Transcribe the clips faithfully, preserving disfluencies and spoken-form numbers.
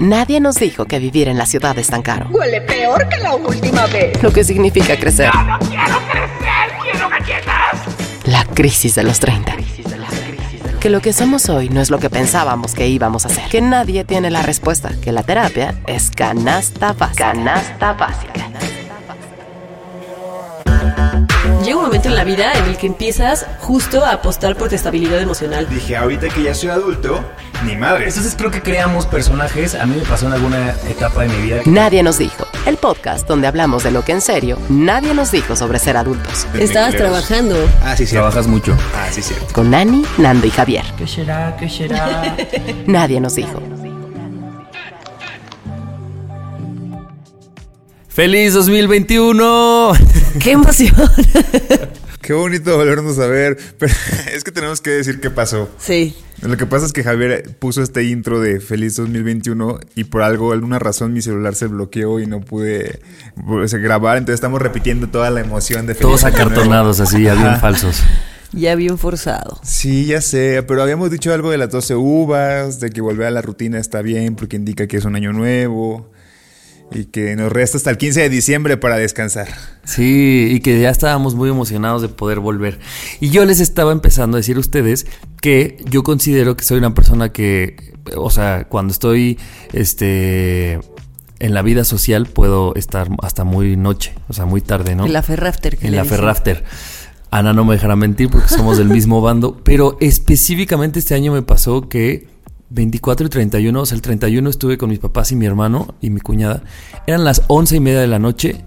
Nadie nos dijo que vivir en la ciudad es tan caro. Huele peor que la última vez. Lo que significa crecer. ¡No, no quiero crecer! ¡Quiero galletas! La crisis de los treinta. Que lo que somos hoy no es lo que pensábamos que íbamos a ser. Que nadie tiene la respuesta. Que la terapia es canasta básica. Canasta básica. Llega un momento en la vida en el que empiezas justo a apostar por tu estabilidad emocional. Dije, ahorita que ya soy adulto, ni madre. Entonces creo que creamos personajes. A mí me pasó en alguna etapa de mi vida. Nadie nos dijo. El podcast donde hablamos de lo que en serio nadie nos dijo sobre ser adultos. Estabas trabajando. Ah, sí, sí. Trabajas mucho. Ah, sí, cierto. Con Nani, Nando y Javier. ¿Qué será? ¿Qué será? Nadie nos dijo. ¡Feliz dos mil veintiuno! ¡Qué emoción! Qué bonito volvernos a ver. Pero es que tenemos que decir qué pasó. Sí. Lo que pasa es que Javier puso este intro de Feliz dos mil veintiuno y por algo, alguna razón, mi celular se bloqueó y no pude pues, grabar. Entonces estamos repitiendo toda la emoción de Feliz Todos Año acartonados Nuevo. así, ya bien Ajá. falsos. Ya bien forzado. Sí, ya sé, pero habíamos dicho algo de las doce uvas, de que volver a la rutina está bien porque indica que es un año nuevo y que nos resta hasta el quince de diciembre para descansar. Sí, y que ya estábamos muy emocionados de poder volver. Y yo les estaba empezando a decir a ustedes que yo considero que soy una persona que, o sea, cuando estoy este, en la vida social puedo estar hasta muy noche, o sea, muy tarde, ¿no? En la Ferrafter. En la Ferrafter. Ana no me dejará mentir porque somos del mismo bando, pero específicamente este año me pasó que veinticuatro y treinta y uno, o sea, el treinta y uno estuve con mis papás y mi hermano y mi cuñada. Eran las once y media de la noche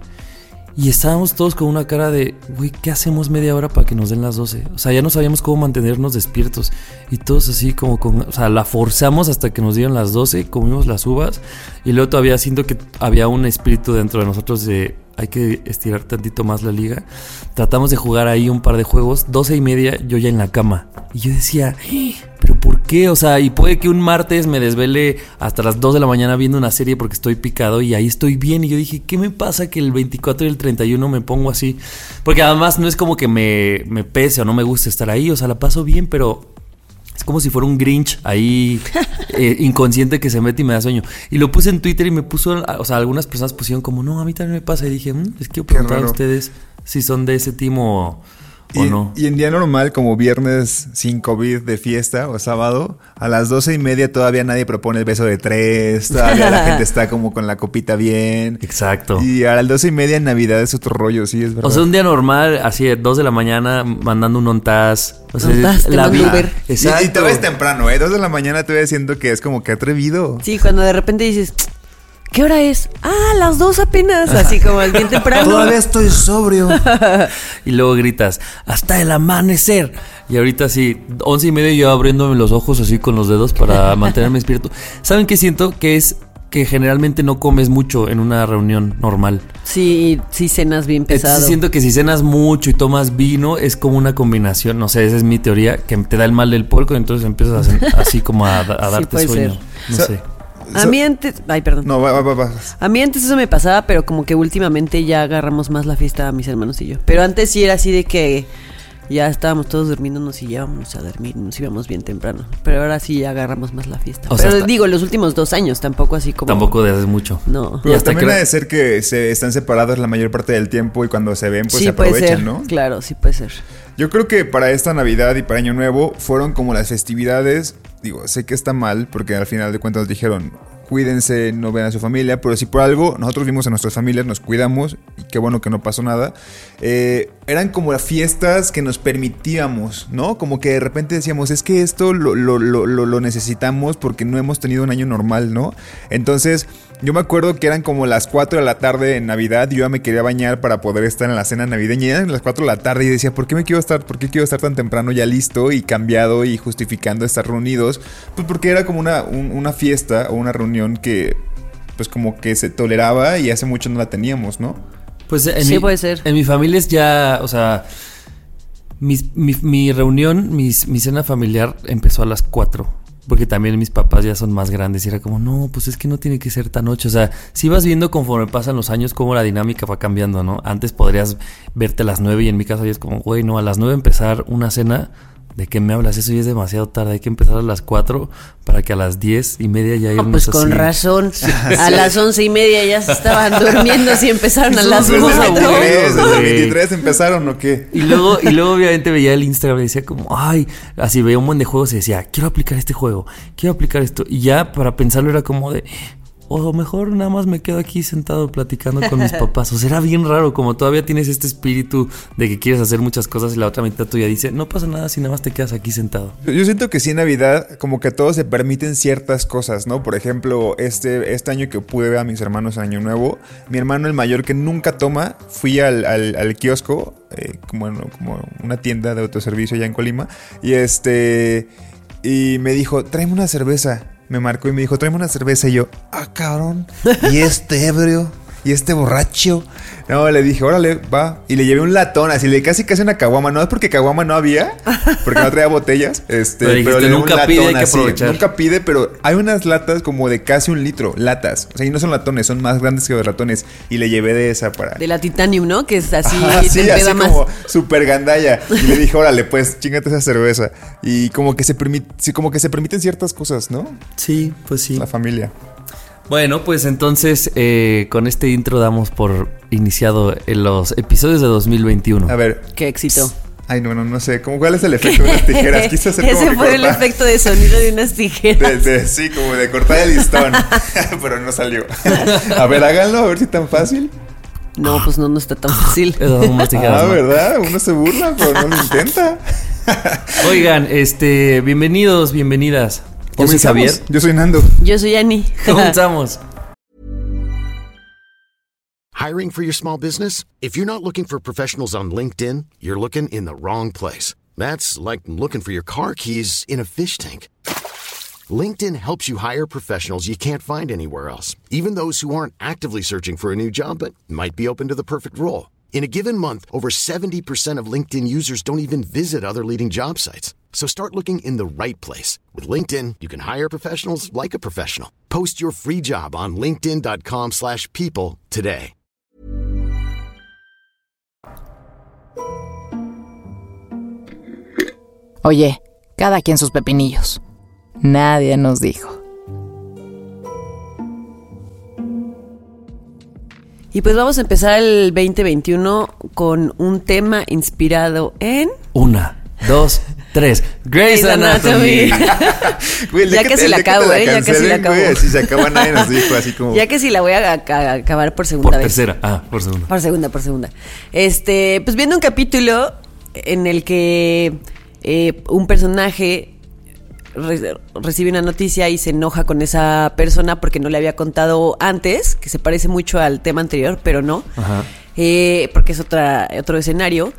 y estábamos todos con una cara de, güey, ¿qué hacemos media hora para que nos den las doce? O sea, ya no sabíamos cómo mantenernos despiertos y todos así como con, o sea, la forzamos hasta que nos dieron las doce, comimos las uvas y luego todavía siento que había un espíritu dentro de nosotros de hay que estirar tantito más la liga. Tratamos de jugar ahí un par de juegos. Doce y media, yo ya en la cama. Y yo decía, ¿pero por qué? O sea, y puede que un martes me desvele hasta las dos de la mañana viendo una serie porque estoy picado y ahí estoy bien. Y yo dije, ¿qué me pasa que el veinticuatro y el treinta y uno me pongo así? Porque además no es como que me, me pese o no me guste estar ahí. O sea, la paso bien, pero es como si fuera un Grinch ahí eh, inconsciente que se mete y me da sueño. Y lo puse en Twitter y me puso, o sea, algunas personas pusieron como, no, a mí también me pasa. Y dije, mmm, les quiero preguntar a ustedes si son de ese team o, o y, no. Y en día normal, como viernes sin COVID de fiesta o sábado, a las doce y media todavía nadie propone el beso de tres. Todavía la gente está como con la copita bien. Exacto. Y a las doce y media en Navidad es otro rollo, sí, es verdad. O sea, un día normal, así de dos de la mañana, mandando un ontaz. O sea, Ontaz, la vida. Exacto. Y, y todavía es temprano, ¿eh? Dos de la mañana te voy diciendo que es como que atrevido. Sí, cuando de repente dices, ¿qué hora es? Ah, las dos apenas, así como es bien temprano. Todavía estoy sobrio. Y luego gritas, hasta el amanecer. Y ahorita sí, once y media yo abriéndome los ojos así con los dedos para mantenerme despierto. ¿Saben qué siento? Que es que generalmente no comes mucho en una reunión normal. Sí, sí cenas bien pesado. Entonces siento que si cenas mucho y tomas vino es como una combinación, no sé, esa es mi teoría, que te da el mal del puerco y entonces empiezas a, así como a, a darte sí, sueño. ser. No So, sé. A mí antes... Ay, perdón. No, va, va, va, va. A mí antes eso me pasaba, pero como que últimamente ya agarramos más la fiesta a mis hermanos y yo. Pero antes sí era así de que ya estábamos todos durmiéndonos y ya íbamos a dormir, nos íbamos bien temprano. Pero ahora sí ya agarramos más la fiesta. O pero sea, hasta- digo, los últimos dos años, tampoco así como... Tampoco de hace mucho. No. Y Pero hasta también que- ha de ser que se están separados la mayor parte del tiempo y cuando se ven pues sí, se puede aprovechan, ser. ¿no? Claro, sí puede ser. Yo creo que para esta Navidad y para Año Nuevo fueron como las festividades. Digo, sé que está mal porque al final de cuentas nos dijeron cuídense, no vean a su familia, pero si por algo nosotros vimos a nuestras familias, nos cuidamos y qué bueno que no pasó nada. Eh, eran como las fiestas que nos permitíamos, ¿no? Como que de repente decíamos, es que esto lo, lo, lo, lo, lo necesitamos porque no hemos tenido un año normal, ¿no? Entonces, yo me acuerdo que eran como las cuatro de la tarde en Navidad y yo ya me quería bañar para poder estar en la cena navideña. Y eran las cuatro de la tarde y decía, ¿por qué me quiero estar, por qué quiero estar tan temprano ya listo y cambiado y justificando estar reunidos? Pues porque era como una, un, una fiesta o una reunión que pues como que se toleraba y hace mucho no la teníamos, ¿no? Pues en Sí, mi, puede ser. En mi familia es ya, o sea, mi, mi, mi reunión, mi, mi cena familiar empezó a las cuatro. Porque también mis papás ya son más grandes y era como, no, pues es que no tiene que ser tan noche. O sea, si vas viendo conforme pasan los años cómo la dinámica va cambiando, ¿no? Antes podrías verte a las nueve y en mi caso ya es como, güey, no, a las nueve empezar una cena ¿de qué me hablas? Eso ya es demasiado tarde, hay que empezar a las cuatro para que a las diez y media ya irnos No, pues con así. razón, a las once y media ya se estaban durmiendo si empezaron a las Desde cuatro. veintitrés, desde güey. veintitrés empezaron o qué. Y luego, y luego obviamente veía el Instagram y decía como, ay, así veía un buen de juegos y decía, quiero aplicar este juego, quiero aplicar esto. Y ya para pensarlo era como de, o mejor nada más me quedo aquí sentado platicando con mis papás. O sea, era bien raro, como todavía tienes este espíritu de que quieres hacer muchas cosas y la otra mitad tuya dice, no pasa nada si nada más te quedas aquí sentado. Yo siento que sí en Navidad como que a todos se permiten ciertas cosas, ¿no? Por ejemplo, este, este año que pude ver a mis hermanos en Año Nuevo, mi hermano el mayor que nunca toma, fui al, al, al kiosco, eh, como, como una tienda de autoservicio allá en Colima, y este y me dijo, tráeme una cerveza. Me marcó y me dijo, tráeme una cerveza. Y yo, ah, cabrón, y este ebrio, y este borracho. No, le dije, órale, va. Y le llevé un latón, así le casi casi una caguama. No es porque caguama no había, porque no traía botellas. Este, Pero dijiste, pero le llevé nunca un latón pide, hay que así. aprovechar. Nunca pide, pero hay unas latas como de casi un litro, latas. O sea, y no son latones, son más grandes que los latones. Y le llevé de esa para... De la Titanium, ¿no? Que es así, Ajá, te sí, empeda así más. como super gandalla. Y le dije, órale, pues, chingate esa cerveza. Y como que se permite, sí, como que se permiten ciertas cosas, ¿no? Sí, pues sí. La familia. Bueno, pues entonces eh, con este intro damos por iniciado en los episodios de dos mil veintiuno. A ver. Qué éxito. Ay, no, no, no sé. ¿Cómo, ¿Cuál es el efecto de las tijeras? Quise hacer como Ese que fue el cortar. efecto de sonido de unas tijeras. De, de- sí, como de cortar el listón. Pero no salió. A ver, háganlo, a ver si tan fácil. No, pues no, no está tan fácil. Esas son unas tijeras, Ah, ¿no? ¿verdad? Uno se burla, pero no lo intenta. Oigan, este, bienvenidos, bienvenidas. Yo soy ¿Comenzamos? Javier. Yo soy Nando. Yo soy Ani. Comenzamos. Hiring for your small business? If you're not looking for professionals on LinkedIn, you're looking in the wrong place. That's like looking for your car keys in a fish tank. LinkedIn helps you hire professionals you can't find anywhere else, even those who aren't actively searching for a new job but might be open to the perfect role. In a given month, over seventy percent of LinkedIn users don't even visit other leading job sites. So start looking in the right place. With LinkedIn, you can hire professionals like a professional. Post your free job on linkedin.com slash people today. Oye, cada quien sus pepinillos. Nadie nos dijo. Y pues vamos a empezar el veinte veintiuno con un tema inspirado en... Una, dos, tres. Grey's Anatomy. Güey, el día Ya que casi el la día que acabo, te la ¿eh? Ya casi la cancelen, acabo. güey, si se acaba nadie nos dijo así como... Ya que si la voy a, a- a acabar por segunda Por vez. tercera. Ah, por segunda. Por segunda, por segunda. Este, pues viendo un capítulo en el que eh, un personaje re- recibe una noticia y se enoja con esa persona porque no le había contado antes, que se parece mucho al tema anterior, pero no. Ajá. Eh, porque es otra, otro escenario.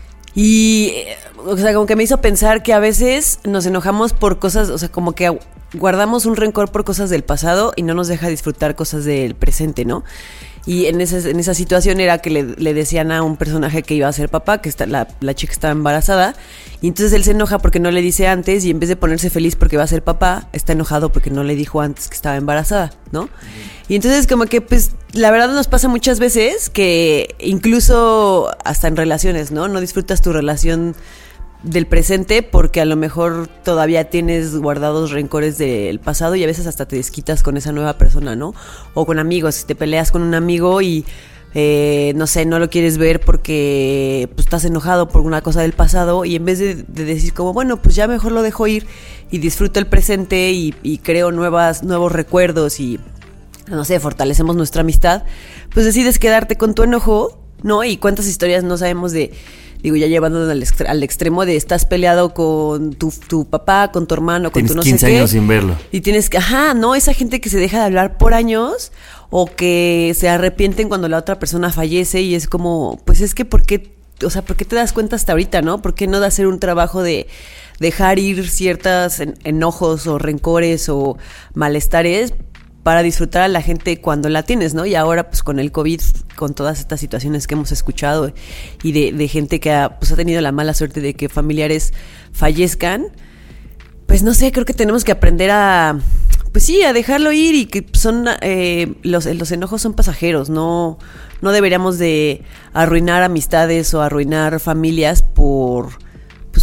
Y, eh, o sea, como que me hizo pensar que a veces nos enojamos por cosas, o sea, como que agu- guardamos un rencor por cosas del pasado y no nos deja disfrutar cosas del presente, ¿no? Y en esa, en esa situación era que le, le decían a un personaje que iba a ser papá, que está, la, la chica estaba embarazada, y entonces él se enoja porque no le dice antes, y en vez de ponerse feliz porque va a ser papá, está enojado porque no le dijo antes que estaba embarazada, ¿no? Y entonces como que pues la verdad nos pasa muchas veces que incluso hasta en relaciones, ¿no? No disfrutas tu relación del presente porque a lo mejor todavía tienes guardados rencores del pasado y a veces hasta te desquitas con esa nueva persona, ¿no? O con amigos, si te peleas con un amigo y eh, no sé, no lo quieres ver porque pues estás enojado por una cosa del pasado y en vez de, de decir como, bueno, pues ya mejor lo dejo ir y disfruto el presente y, y creo nuevas, nuevos recuerdos y no sé, fortalecemos nuestra amistad, pues decides quedarte con tu enojo, ¿no? Y cuántas historias no sabemos de... Digo, ya llevando al, extre- al extremo de estás peleado con tu, tu papá, con tu hermano, con Tienes tu no quince sé qué. años sin verlo. Y tienes que, ajá, no, esa gente que se deja de hablar por años o que se arrepienten cuando la otra persona fallece y es como, pues es que ¿por qué? O sea, ¿por qué te das cuenta hasta ahorita, no? ¿Por qué no de hacer un trabajo de dejar ir ciertas en- enojos o rencores o malestares para disfrutar a la gente cuando la tienes, ¿no? Y ahora, pues, con el COVID, con todas estas situaciones que hemos escuchado y de, de gente que ha, pues, ha tenido la mala suerte de que familiares fallezcan, pues, no sé, creo que tenemos que aprender a, pues sí, a dejarlo ir y que son, eh, los, los enojos son pasajeros, no, no deberíamos de arruinar amistades o arruinar familias por... pues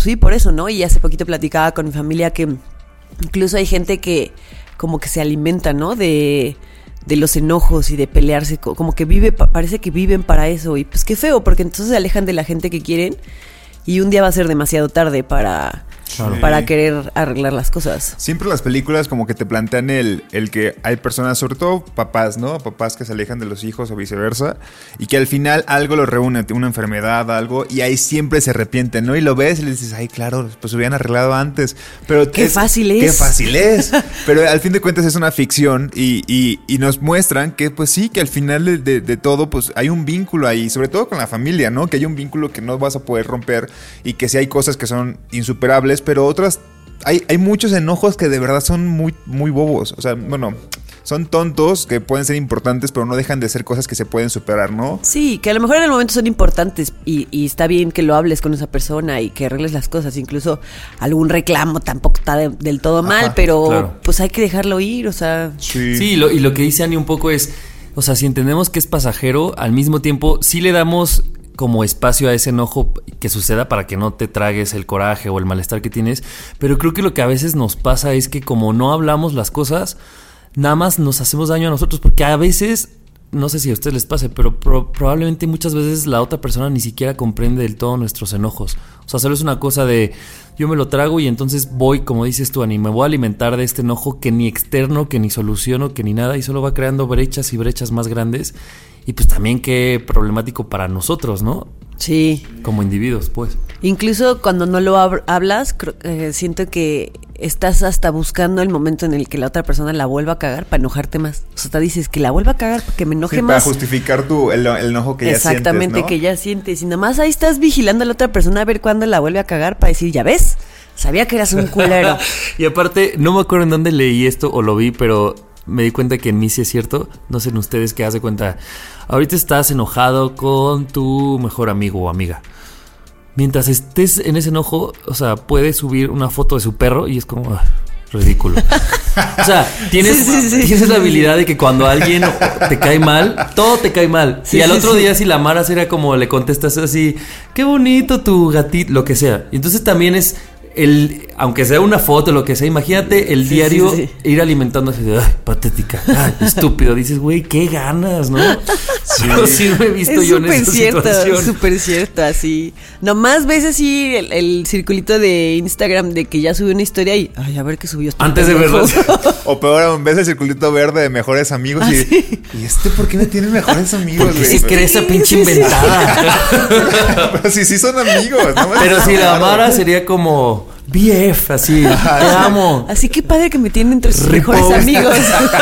sí, por eso, ¿no? Y hace poquito platicaba con mi familia que incluso hay gente que como que se alimenta, ¿no? De, de los enojos y de pelearse, como que vive, parece que viven para eso. Y pues qué feo, porque entonces se alejan de la gente que quieren y un día va a ser demasiado tarde para... Claro. Para querer arreglar las cosas. Siempre las películas como que te plantean el, el que hay personas, sobre todo papás, ¿no? Papás que se alejan de los hijos o viceversa, y que al final algo los reúne, una enfermedad, algo, y ahí siempre se arrepienten, ¿no? Y lo ves y le dices, ay, claro, pues se hubieran arreglado antes. Pero qué es, fácil es. Qué fácil es. Pero al fin de cuentas es una ficción y, y, y nos muestran que pues sí, que al final de, de, de todo pues hay un vínculo ahí, sobre todo con la familia, ¿no? Que hay un vínculo que no vas a poder romper y que sí hay cosas que son insuperables, pero otras, hay, hay muchos enojos que de verdad son muy, muy bobos. O sea, bueno, son tontos que pueden ser importantes, pero no dejan de ser cosas que se pueden superar, ¿no? Sí, que a lo mejor en el momento son importantes y, y está bien que lo hables con esa persona y que arregles las cosas. Incluso algún reclamo tampoco está de, del todo mal, Ajá, pero claro. pues hay que dejarlo ir, o sea... Sí, sí lo, y lo que dice Ani un poco es, o sea, si entendemos que es pasajero, al mismo tiempo sí le damos... como espacio a ese enojo que suceda para que no te tragues el coraje o el malestar que tienes, pero creo que lo que a veces nos pasa es que como no hablamos las cosas, nada más nos hacemos daño a nosotros, porque a veces, no sé si a ustedes les pase, pero pro- probablemente muchas veces la otra persona ni siquiera comprende del todo nuestros enojos. O sea, solo es una cosa de yo me lo trago y entonces voy, como dices tú, Ani, me voy a alimentar de este enojo que ni externo, que ni soluciono, que ni nada, y solo va creando brechas y brechas más grandes. Y pues también qué problemático para nosotros, ¿no? Sí. Como individuos, pues. Incluso cuando no lo hab- hablas, creo, eh, siento que estás hasta buscando el momento en el que la otra persona la vuelva a cagar para enojarte más. O sea, te dices que la vuelva a cagar para que me enoje sí, más. Para justificar tu, el, el enojo que ya sientes, Exactamente, ¿no? que ya sientes. Y nada más ahí estás vigilando a la otra persona a ver cuándo la vuelve a cagar para decir, ya ves, sabía que eras un culero. Y aparte, no me acuerdo en dónde leí esto o lo vi, pero... me di cuenta que en mí sí es cierto. No sé en ustedes qué hace cuenta. Ahorita estás enojado con tu mejor amigo o amiga. Mientras estés en ese enojo, o sea, puedes subir una foto de su perro y es como ah, ridículo. O sea, tienes, sí, sí, sí. tienes la habilidad de que cuando alguien te cae mal, todo te cae mal. Sí, y al sí, otro sí. día si la Mara sería como le contestas así, qué bonito tu gatito, lo que sea. Y entonces también es... el, aunque sea una foto, lo que sea, imagínate el sí, diario sí, sí. ir alimentándose de, ay, patética, ay, estúpido. Dices, güey, qué ganas, ¿no? Sí, Pero sí me he visto es yo en esa cierto, situación. Es súper cierto, así. Nomás ves así el, el circulito de Instagram de que ya subió una historia y, ay, a ver qué subió. Antes de verlo. O peor aún, ves el circulito verde de mejores amigos ¿Ah, y, sí? ¿y este por qué no tiene mejores amigos? Porque si cree esa pinche sí, inventada. Sí. Pero si sí son amigos, ¿no? Pero si la Mara sería como... B F, así, Ajá, te sí. amo. Así que padre que me tienen entre sus Repost. mejores amigos.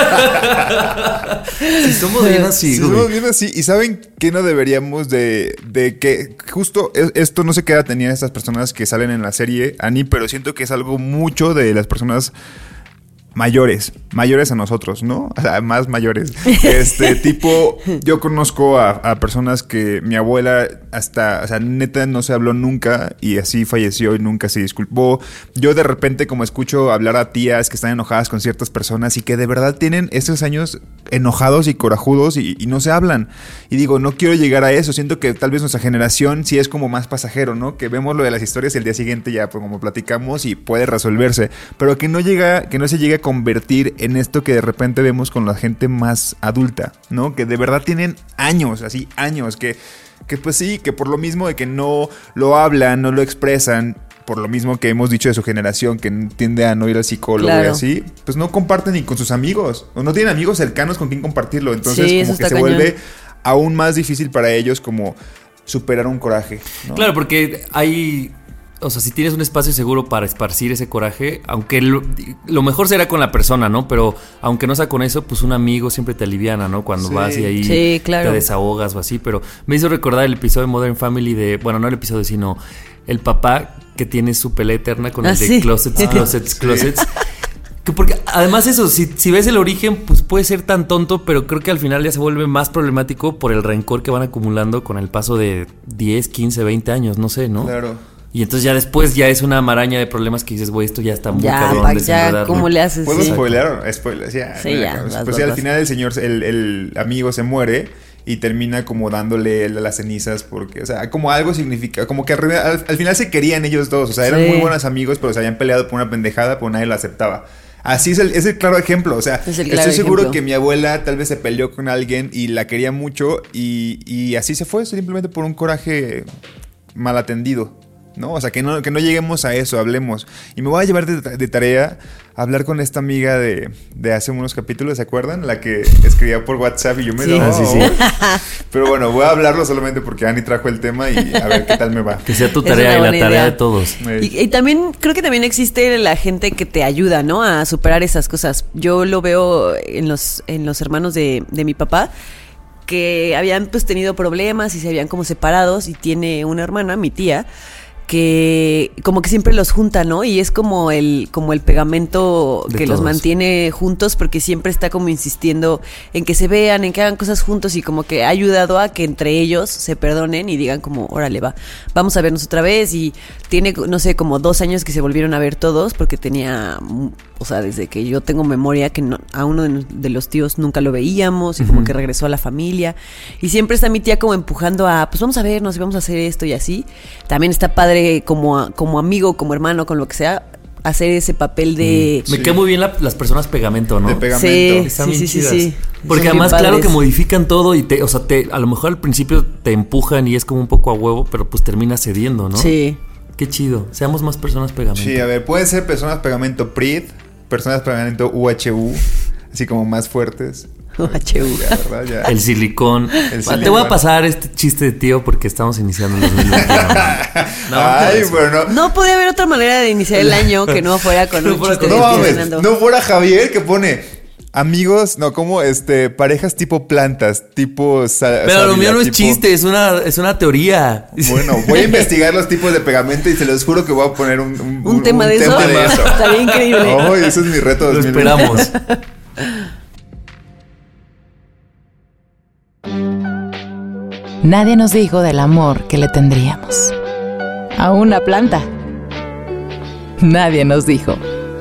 Si somos bien así, si somos bien así. Y saben que no deberíamos de, de que justo esto no sé qué edad tenían estas personas que salen en la serie, Ani, pero siento que es algo mucho de las personas mayores, mayores a nosotros, ¿no? O sea, más mayores. Este tipo, yo conozco a, a personas que mi abuela hasta, o sea, neta no se habló nunca y así falleció y nunca se disculpó. Yo de repente como escucho hablar a tías que están enojadas con ciertas personas y que de verdad tienen estos años enojados y corajudos y, y no se hablan. Y digo, no quiero llegar a eso. Siento que tal vez nuestra generación sí es como más pasajero, ¿no? Que vemos lo de las historias y el día siguiente ya pues como platicamos y puede resolverse. Pero que no llega, que no se llegue a convertir en esto que de repente vemos con la gente más adulta, ¿no? Que de verdad tienen años, así años, que, que pues sí, que por lo mismo de que no lo hablan, no lo expresan, por lo mismo que hemos dicho de su generación, que tiende a no ir al psicólogo claro. y así, pues no comparten ni con sus amigos, o no tienen amigos cercanos con quien compartirlo, entonces sí, como que se cañón. Vuelve aún más difícil para ellos como superar un coraje, ¿no? Claro, porque hay... O sea, si tienes un espacio seguro para esparcir ese coraje, aunque lo, lo mejor será con la persona, ¿no? Pero aunque no sea con eso, pues un amigo siempre te aliviana, ¿no? Cuando sí. vas y ahí sí, claro. te desahogas o así. Pero me hizo recordar el episodio de Modern Family de... Bueno, no el episodio, sino el papá que tiene su pelea eterna con ah, el de sí. closets, ah, closets, sí. closets. Que porque además eso, si, si ves el origen, pues puede ser tan tonto, pero creo que al final ya se vuelve más problemático por el rencor que van acumulando con el paso de diez, quince, veinte años, no sé, ¿no? Claro. Y entonces ya después ya es una maraña de problemas que dices, güey, esto ya está muy ya, cabrón pa, de ya, ¿cómo le haces? ¿Puedo sí. spoiler? Spoiler, ya. Sí, ya. Pues, pues ya al final el señor, el, el amigo se muere y termina como dándole él las cenizas porque, o sea, como algo significa, como que al, al, al final se querían ellos dos, o sea, eran sí. muy buenos amigos, pero se habían peleado por una pendejada, pero nadie lo aceptaba. Así es el, es el claro ejemplo, o sea, estoy seguro ejemplo. que mi abuela tal vez se peleó con alguien y la quería mucho y, y así se fue, simplemente por un coraje mal atendido, ¿no? O sea, que no, que no lleguemos a eso, hablemos. Y me voy a llevar de, de tarea a hablar con esta amiga de, de hace unos capítulos, ¿se acuerdan? La que escribía por WhatsApp y yo me sí. daba. Sí, sí. Pero bueno, voy a hablarlo solamente porque Ani trajo el tema y a ver qué tal me va. Que sea tu tarea y la tarea idea. de todos. Y, y también creo que también existe la gente que te ayuda, ¿no? A superar esas cosas. Yo lo veo en los, en los hermanos de, de mi papá, que habían pues tenido problemas y se habían como separados, y tiene una hermana, mi tía, que como que siempre los junta, ¿no? Y es como el como el pegamento de que todos. Los mantiene juntos, porque siempre está como insistiendo en que se vean, en que hagan cosas juntos, y como que ha ayudado a que entre ellos se perdonen y digan como, órale, va, vamos a vernos otra vez. Y tiene, no sé, como dos años que se volvieron a ver todos, porque tenía, o sea, desde que yo tengo memoria, que no, a uno de, de los tíos nunca lo veíamos, y uh-huh. como que regresó a la familia. Y siempre está mi tía como empujando a, pues vamos a vernos y vamos a hacer esto y así. También está padre como, como amigo, como hermano, con lo que sea, hacer ese papel de... Mm. Me sí. quedan muy bien la, las personas pegamento, ¿no? De pegamento. Sí, Están sí, bien sí, chidas. sí, sí. Porque Son además, claro que modifican todo y te, o sea, te, a lo mejor al principio te empujan y es como un poco a huevo, pero pues terminas cediendo, ¿no? Sí. Qué chido. Seamos más personas pegamento. Sí, a ver, pueden ser personas pegamento P R I D, personas pegamento U H U, así como más fuertes. U H U. Ya, ¿verdad? Ya. El silicón. El Te silicón. voy a pasar este chiste de tío porque estamos iniciando el dos mil veintiuno. No, Ay, bueno. No podía haber otra manera de iniciar el año que no fuera con No un fuera chiste con- de No tío mames, Fernando. no fuera Javier que pone amigos, no, como este, parejas tipo plantas, tipo sa- Pero lo sábila, mío no es tipo- chiste, es una, es una teoría. Bueno, voy a investigar los tipos de pegamento y se los juro que voy a poner un, un, ¿Un tema de eso? Estaría increíble. Oh, ese es mi reto Lo dos mil veinte. esperamos. Nadie nos dijo del amor que le tendríamos a una planta. Nadie nos dijo.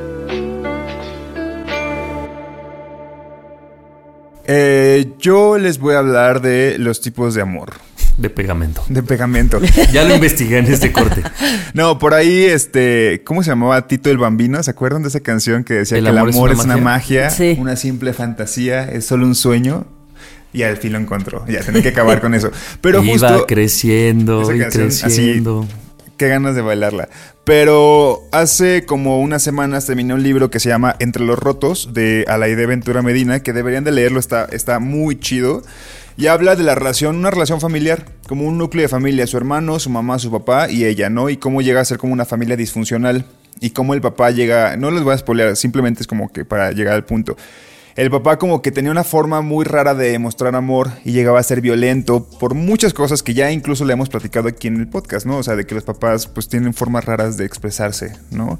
Eh, yo les voy a hablar de los tipos de amor. De pegamento. De pegamento. Ya lo investigué en este corte. No, por ahí, este, ¿cómo se llamaba? Tito el Bambino. ¿Se acuerdan de esa canción que decía ¿El que el amor amor es es una una magia? magia, Sí. una simple fantasía, es solo un sueño? Y al fin lo encontró. Ya, tenía que acabar con eso. Pero Iba justo creciendo esa y canción, creciendo. qué ganas de bailarla. Pero hace como unas semanas terminé un libro que se llama Entre los Rotos, de Alaide Ventura Medina, que deberían de leerlo, está, está muy chido. Y habla de la relación, una relación familiar, como un núcleo de familia, su hermano, su mamá, su papá y ella, ¿no? Y cómo llega a ser como una familia disfuncional. Y cómo el papá llega, no les voy a spoilear, simplemente es como que para llegar al punto. El papá como que tenía una forma muy rara de mostrar amor y llegaba a ser violento por muchas cosas que ya incluso le hemos platicado aquí en el podcast, ¿no? O sea, de que los papás pues tienen formas raras de expresarse, ¿no?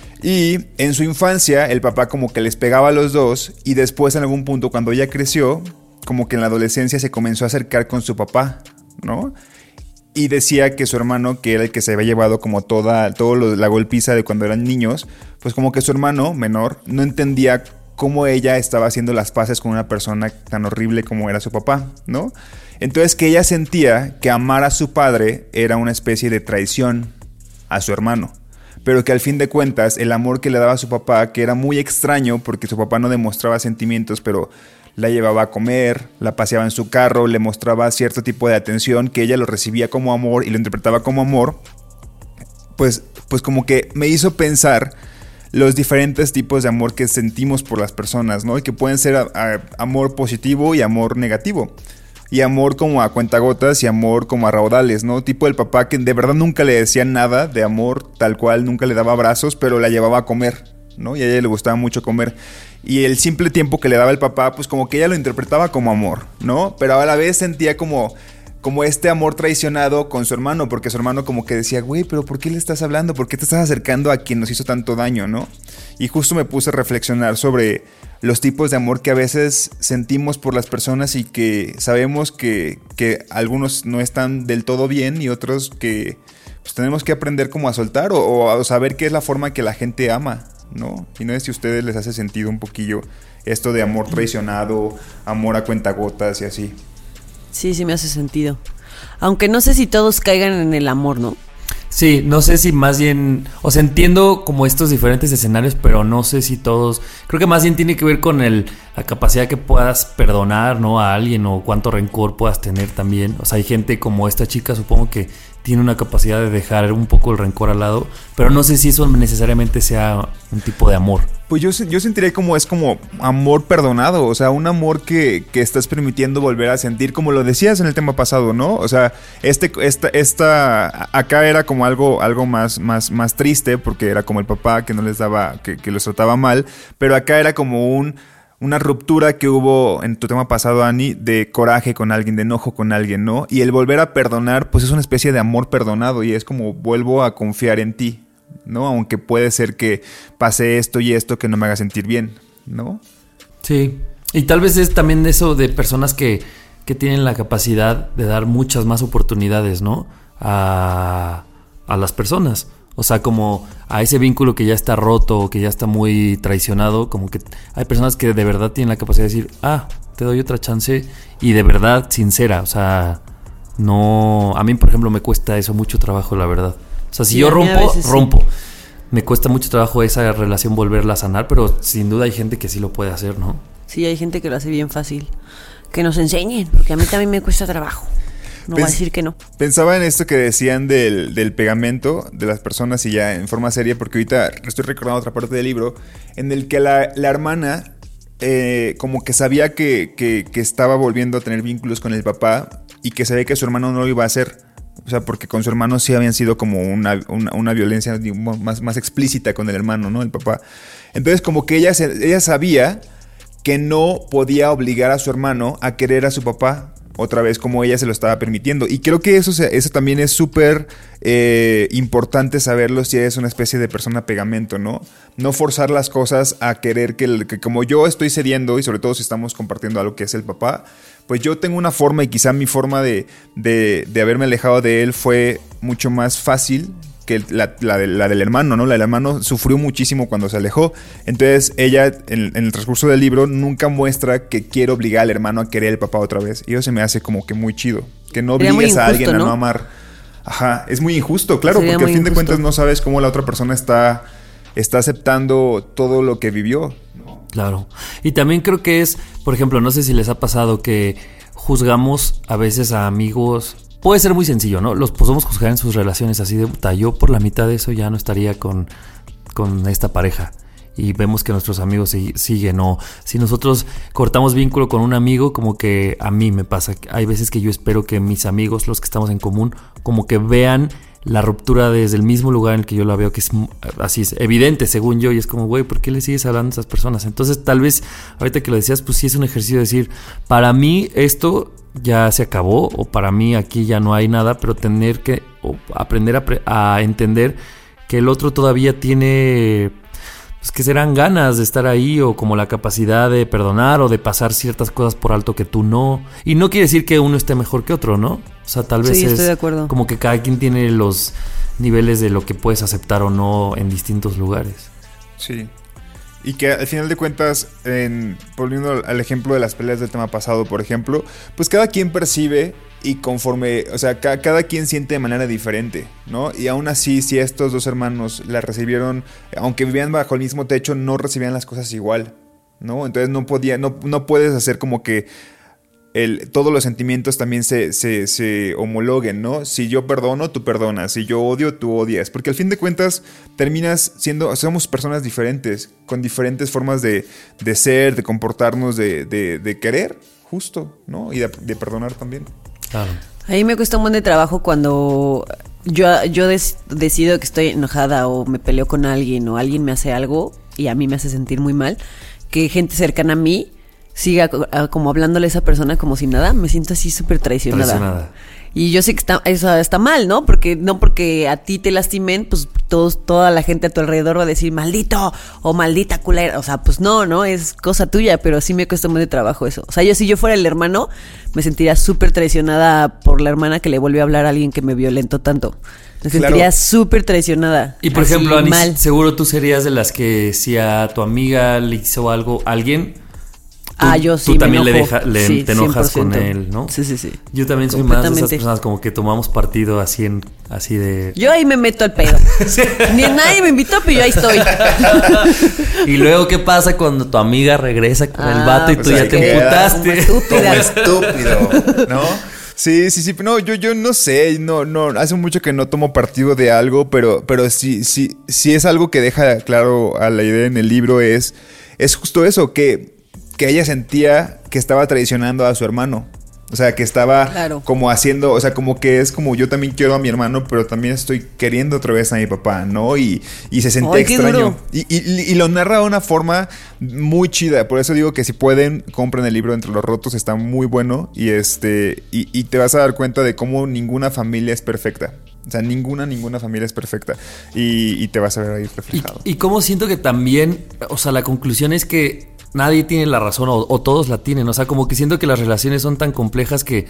Y en su infancia el papá como que les pegaba a los dos y después en algún punto cuando ella creció, como que en la adolescencia se comenzó a acercar con su papá, ¿no? Y decía que su hermano, que era el que se había llevado como toda todo lo, la golpiza de cuando eran niños, pues como que su hermano menor no entendía cómo ella estaba haciendo las paces con una persona tan horrible como era su papá, ¿no? Entonces que ella sentía que amar a su padre era una especie de traición a su hermano, pero que al fin de cuentas el amor que le daba a su papá, que era muy extraño porque su papá no demostraba sentimientos, pero la llevaba a comer, la paseaba en su carro, le mostraba cierto tipo de atención que ella lo recibía como amor y lo interpretaba como amor, pues, pues como que me hizo pensar los diferentes tipos de amor que sentimos por las personas, ¿no? Y que pueden ser a, a, amor positivo y amor negativo. Y amor como a cuentagotas y amor como a raudales, ¿no? Tipo el papá que de verdad nunca le decía nada de amor, tal cual, nunca le daba abrazos, pero la llevaba a comer, ¿no? Y a ella le gustaba mucho comer. Y el simple tiempo que le daba el papá, pues como que ella lo interpretaba como amor, ¿no? Pero a la vez sentía como... como este amor traicionado con su hermano, porque su hermano como que decía, güey, pero ¿por qué le estás hablando? ¿Por qué te estás acercando a quien nos hizo tanto daño, no? Y justo me puse a reflexionar sobre los tipos de amor que a veces sentimos por las personas y que sabemos que, que algunos no están del todo bien y otros que pues, tenemos que aprender como a soltar o, o a saber qué es la forma que la gente ama, ¿no? Y no sé si a ustedes les hace sentido un poquillo esto de amor traicionado, amor a cuentagotas y así. Sí, sí me hace sentido. Aunque no sé si todos caigan en el amor, ¿no? Sí, no sé si más bien, o sea, entiendo como estos diferentes escenarios, pero no sé si todos, creo que más bien tiene que ver con el, la capacidad que puedas perdonar, ¿no? A alguien o cuánto rencor puedas tener también. O sea, hay gente como esta chica, supongo que tiene una capacidad de dejar un poco el rencor al lado, pero no sé si eso necesariamente sea un tipo de amor. Pues yo, yo sentiría como es como amor perdonado, o sea, un amor que, que estás permitiendo volver a sentir, como lo decías en el tema pasado, ¿no? O sea, este, esta, esta, acá era como algo, algo más, más, más triste, porque era como el papá que no les daba, que, que los trataba mal, pero acá era como un, una ruptura que hubo en tu tema pasado, Ani, de coraje con alguien, de enojo con alguien, ¿no? Y el volver a perdonar, pues es una especie de amor perdonado y es como vuelvo a confiar en ti, ¿no? Aunque puede ser que pase esto y esto que no me haga sentir bien, ¿no? Sí, y tal vez es también eso de personas que, que tienen la capacidad de dar muchas más oportunidades, ¿no? A, a las personas. O sea, como a ese vínculo que ya está roto o que ya está muy traicionado, como que hay personas que de verdad tienen la capacidad de decir, ah, te doy otra chance, y de verdad sincera. O sea, no, a mí por ejemplo me cuesta eso mucho trabajo, la verdad. O sea, si Sí, yo a mí a rompo, veces sí. rompo. Me cuesta mucho trabajo esa relación volverla a sanar, pero sin duda hay gente que sí lo puede hacer, ¿no? Sí, hay gente que lo hace bien fácil. Que nos enseñen, porque a mí también me cuesta trabajo. No voy a Pens- decir que no. Pensaba en esto que decían del, del pegamento de las personas y ya en forma seria, porque ahorita estoy recordando otra parte del libro en el que la, la hermana eh, como que sabía que, que, que estaba volviendo a tener vínculos con el papá y que sabía que su hermano no lo iba a hacer. O sea, porque con su hermano sí habían sido como una, una, una violencia más, más explícita con el hermano, ¿no? El papá. Entonces como que ella, se, ella sabía que no podía obligar a su hermano a querer a su papá otra vez como ella se lo estaba permitiendo. Y creo que eso, se, eso también es súper eh, importante saberlo si eres una especie de persona pegamento, ¿no? No forzar las cosas a querer que, el, que como yo estoy cediendo, y sobre todo si estamos compartiendo algo que es el papá, pues yo tengo una forma y quizá mi forma de, de, de haberme alejado de él fue mucho más fácil que la, la, de, la del hermano, ¿no? La del hermano sufrió muchísimo cuando se alejó. Entonces ella, en, en el transcurso del libro, nunca muestra que quiere obligar al hermano a querer al papá otra vez. Y eso se me hace como que muy chido. Que no Sería muy obligues a injusto, alguien ¿no? a no amar. Ajá, es muy injusto, claro, Sería porque muy al fin de injusto. cuentas no sabes cómo la otra persona está, está aceptando todo lo que vivió. Claro. Y también creo que es, por ejemplo, no sé si les ha pasado que juzgamos a veces a amigos. Puede ser muy sencillo, ¿no? Los podemos juzgar en sus relaciones así de, puta, yo por la mitad de eso ya no estaría con, con esta pareja. Y vemos que nuestros amigos sig- siguen. O si nosotros cortamos vínculo con un amigo, como que a mí me pasa. Hay veces que yo espero que mis amigos, los que estamos en común, como que vean la ruptura desde el mismo lugar en el que yo la veo, que es así, es evidente según yo, y es como, güey, ¿por qué le sigues hablando a esas personas? Entonces tal vez, ahorita que lo decías, pues sí es un ejercicio de decir, para mí esto ya se acabó, o para mí aquí ya no hay nada, pero tener que o aprender a, pre- a entender que el otro todavía tiene, pues que serán ganas de estar ahí, o como la capacidad de perdonar o de pasar ciertas cosas por alto que tú no. Y no quiere decir que uno esté mejor que otro, ¿no? O sea, tal vez Sí, es estoy de acuerdo. como que cada quien tiene los niveles de lo que puedes aceptar o no en distintos lugares. Sí. Y que al final de cuentas, en, volviendo al, al ejemplo de las peleas del tema pasado, por ejemplo, pues cada quien percibe y conforme, o sea, ca- cada quien siente de manera diferente, ¿no? Y aún así, si estos dos hermanos la recibieron, aunque vivían bajo el mismo techo, no recibían las cosas igual, ¿no? Entonces no podía, no, no puedes hacer como que el, todos los sentimientos también se, se, se homologuen, ¿no? Si yo perdono, tú perdonas. Si yo odio, tú odias. Porque al fin de cuentas terminas siendo, somos personas diferentes, con diferentes formas de, de ser, de comportarnos, de, de, de querer, justo, ¿no? Y de, de perdonar también. Claro. A mí me cuesta un buen de trabajo cuando yo, yo des- decido que estoy enojada o me peleo con alguien o alguien me hace algo y a mí me hace sentir muy mal, que gente cercana a mí siga co- a- como hablándole a esa persona como si nada, me siento así súper traicionada. Traicionada. Y yo sé que está, eso está mal, ¿no? Porque no porque a ti te lastimen, pues todos, toda la gente a tu alrededor va a decir maldito o maldita culera. O sea, pues no, ¿no? Es cosa tuya, pero sí me cuesta muy de trabajo eso. O sea, yo si yo fuera el hermano, me sentiría súper traicionada por la hermana que le volvió a hablar a alguien que me violentó tanto. Me Claro. sentiría súper traicionada. Y por Así, ejemplo, Anis, mal. seguro tú serías de las que si a tu amiga le hizo algo a alguien, ah, yo sí tú me también le, enojo. deja, le Sí, te enojas cien por ciento. con él, ¿no? Sí, sí, sí. Yo también soy más de esas Completamente. personas como que tomamos partido así en así de... Yo ahí me meto al pedo. Ni nadie me invitó, pero yo ahí estoy. Y luego, ¿qué pasa cuando tu amiga regresa con el Ah, vato y pues tú ya ahí te queda. emputaste? Como estúpida. Como estúpido, ¿no? Sí, sí, sí. No, yo, yo no sé. No, no. Hace mucho que no tomo partido de algo, pero, pero sí, sí, sí es algo que deja claro a la idea en el libro. Es, es justo eso, que, que ella sentía que estaba traicionando a su hermano. O sea, que estaba Claro. como haciendo, o sea, como que es como yo también quiero a mi hermano, pero también estoy queriendo otra vez a mi papá, ¿no? Y, y se sentía Ay, qué extraño. duro. Y, y, y lo narra de una forma muy chida. Por eso digo que si pueden, compren el libro Entre los Rotos, está muy bueno. Y este. Y, y te vas a dar cuenta de cómo ninguna familia es perfecta. O sea, ninguna, ninguna familia es perfecta. Y, y te vas a ver ahí Y, reflejado. y cómo siento que también, o sea, la conclusión es que nadie tiene la razón o, o todos la tienen. O sea, como que siento que las relaciones son tan complejas que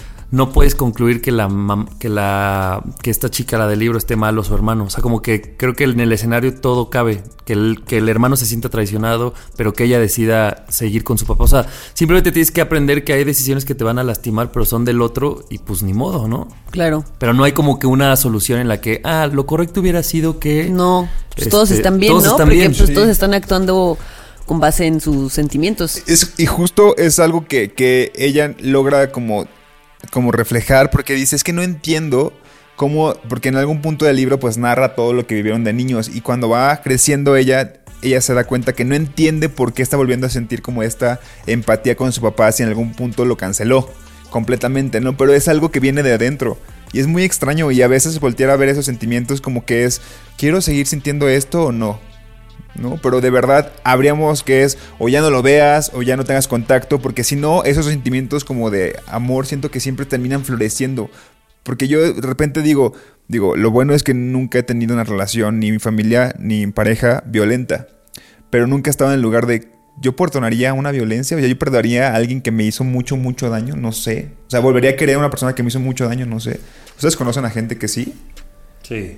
no puedes concluir que la mam- que la que esta chica, la del libro, esté mal o su hermano. O sea, como que creo que en el escenario todo cabe. Que el, que el hermano se sienta traicionado, pero que ella decida seguir con su papá. O sea, simplemente tienes que aprender que hay decisiones que te van a lastimar, pero son del otro y pues ni modo, ¿no? Claro. Pero no hay como que una solución en la que, ah, lo correcto hubiera sido que... No, pues Este, todos están bien, todos ¿no? están Porque bien, pues sí. todos están actuando con base en sus sentimientos. Es, y justo es algo que, que ella logra como, como reflejar, porque dice, es que no entiendo cómo, porque en algún punto del libro pues narra todo lo que vivieron de niños, y cuando va creciendo ella, ella se da cuenta que no entiende por qué está volviendo a sentir como esta empatía con su papá si en algún punto lo canceló completamente, ¿no? Pero es algo que viene de adentro. Y es muy extraño, y a veces voltear a ver esos sentimientos como que es, ¿quiero seguir sintiendo esto o no? ¿No? Pero de verdad habríamos que es o ya no lo veas o ya no tengas contacto, porque si no, esos sentimientos como de amor siento que siempre terminan floreciendo. Porque yo de repente digo, digo, lo bueno es que nunca he tenido una relación, ni mi familia, ni mi pareja violenta, pero nunca he estado en el lugar de, yo perdonaría una violencia, o sea, yo perdonaría a alguien que me hizo mucho, mucho daño, no sé. O sea, volvería a querer a una persona que me hizo mucho daño, no sé. ¿Ustedes conocen a gente que sí? Sí.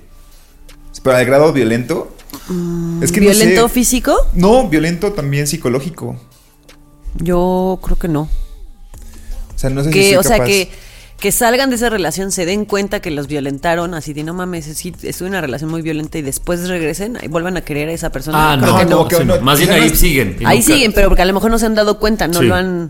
Pero al grado violento... Es que ¿Violento no sé. físico? No, violento también psicológico. Yo creo que no. O sea, no sé si Que, soy o sea, capaz. que, que salgan de esa relación, se den cuenta que los violentaron, así de no mames, sí, estuve en una relación muy violenta y después regresen y vuelvan a querer a esa persona. Ah, Creo no, que como que sí, no. más bien Ya ahí no es- siguen. y Ahí nunca- siguen, pero porque a lo mejor no se han dado cuenta, no Sí. lo han...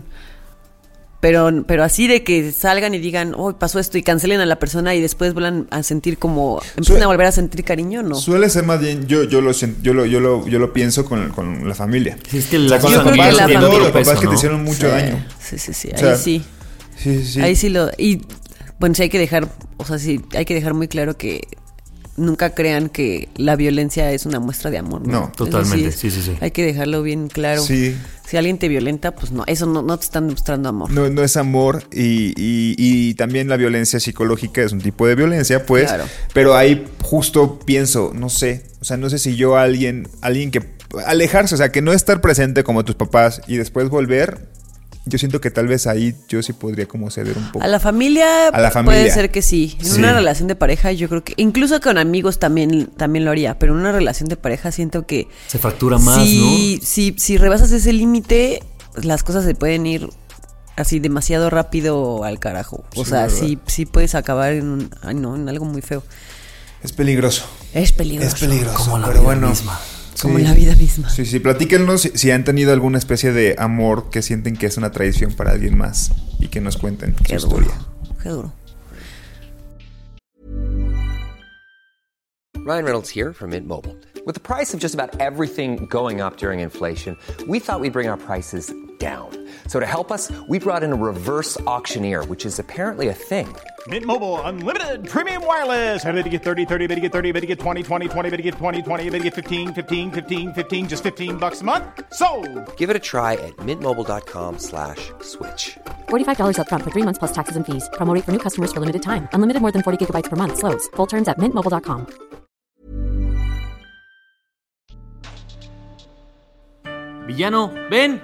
Pero, pero así de que salgan y digan, oh, pasó esto y cancelen a la persona y después vuelvan a sentir como, empiezan a volver a sentir cariño, ¿no? Suele ser más bien, yo, yo, lo, sien- yo, lo, yo, lo, yo lo pienso con, con la familia. Sí, es que O sea, la con Yo los creo que papás, la sobre todo familia- los papás peso, que ¿no? te hicieron mucho Sí, daño. Sí, sí, sí, O ahí sea, sí. Sí, sí, sí. Ahí sí lo... Y bueno, sí hay que dejar, o sea, sí hay que dejar muy claro que nunca crean que la violencia es una muestra de amor, ¿no? No, Eso totalmente, es- sí, sí, sí. Hay que dejarlo bien claro. Sí. Si alguien te violenta, pues no, eso no, no te están mostrando amor. No, no es amor y, y, y también la violencia psicológica es un tipo de violencia, pues. Claro. Pero ahí justo pienso, no sé, o sea, no sé si yo alguien, alguien que alejarse, o sea, que no estar presente como tus papás y después volver, yo siento que tal vez ahí yo sí podría como ceder un poco. A la familia, A la puede familia. ser que sí. En Sí. una relación de pareja, yo creo que, incluso con amigos también, también lo haría, pero en una relación de pareja siento que Se fractura más, si, si, si rebasas ese límite, las cosas se pueden ir así demasiado rápido al carajo. O Sí, sea, ¿verdad? sí, sí puedes acabar en, un- ay, no, en algo muy feo. Es peligroso. Es peligroso. Es peligroso. Como la pero vida bueno. misma. Como Sí. la vida misma. Sí, sí, platíquenos si, si han tenido alguna especie de amor que sienten que es una traición para alguien más y que nos cuenten Qué su duro. historia. Qué duro. Ryan Reynolds here from Mint Mobile. With the price of just about everything going up during inflation, we thought we'd bring our prices down. So to help us, we brought in a reverse auctioneer, which is apparently a thing. Mint Mobile Unlimited Premium Wireless. How to get thirty, thirty, how to get thirty, how to get twenty, twenty, twenty, how to get twenty, twenty, how to get fifteen, fifteen, fifteen, fifteen, just fifteen bucks a month? Sold! Give it a try at mintmobile.com slash switch. forty-five dollars up front for three months plus taxes and fees. Promo rate for new customers for limited time. Unlimited more than forty gigabytes per month. Slows full terms at mint mobile dot com. Villano, ven.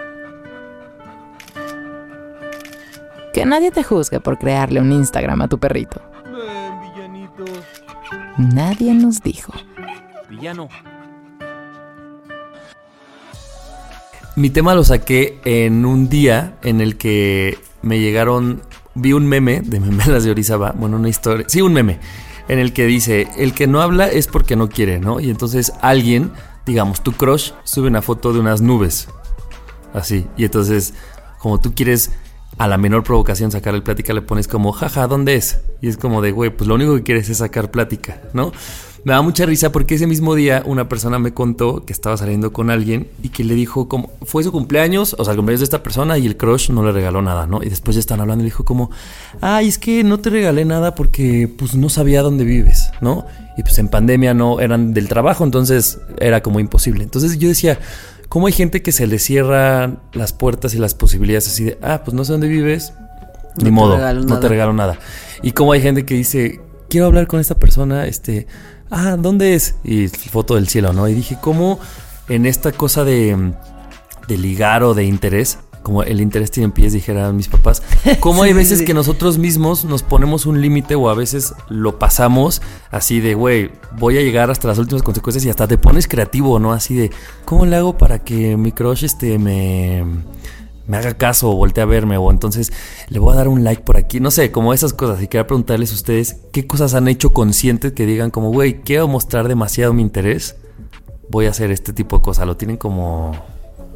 Que nadie te juzgue por crearle un Instagram a tu perrito. Ven, villanito. Nadie nos dijo. Villano. mi tema lo saqué en un día en el que me llegaron... Vi un meme de Memelas de Orizaba. Bueno, una historia... Sí, un meme. En el que dice... El que no habla es porque no quiere, ¿no? Y entonces alguien... Digamos, tu crush sube una foto de unas nubes. Así. Y entonces... Como tú quieres... A la menor provocación sacar el plática, le pones como, jaja, ¿dónde es? Y es como de, güey, pues lo único que quieres es sacar plática, ¿no? Me da mucha risa porque ese mismo día una persona me contó que estaba saliendo con alguien y que le dijo como, fue su cumpleaños, o sea, el cumpleaños de esta persona y el crush no le regaló nada, ¿no? Y después ya están hablando y le dijo como, ay, es que no te regalé nada porque pues no sabía dónde vives, ¿no? Y pues en pandemia no eran del trabajo, entonces era como imposible. Entonces yo decía... ¿Cómo hay gente que se le cierra las puertas y las posibilidades así de, ah, pues no sé dónde vives, ni No te modo, regalo no nada. te regalo nada? Y cómo hay gente que dice, quiero hablar con esta persona, este, ah, ¿dónde es? Y foto del cielo, ¿no? Y dije, ¿cómo en esta cosa de, de ligar o de interés, como el interés tiene pies, dijeran mis papás, cómo hay Sí, veces sí. que nosotros mismos nos ponemos un límite o a veces lo pasamos así de, güey, voy a llegar hasta las últimas consecuencias y hasta te pones creativo, ¿no? Así de, ¿cómo le hago para que mi crush este me, me haga caso o voltee a verme? O entonces le voy a dar un like por aquí, no sé, como esas cosas. Y quería preguntarles a ustedes, ¿qué cosas han hecho conscientes que digan como, güey, quiero mostrar demasiado mi interés? Voy a hacer este tipo de cosas. ¿Lo tienen como...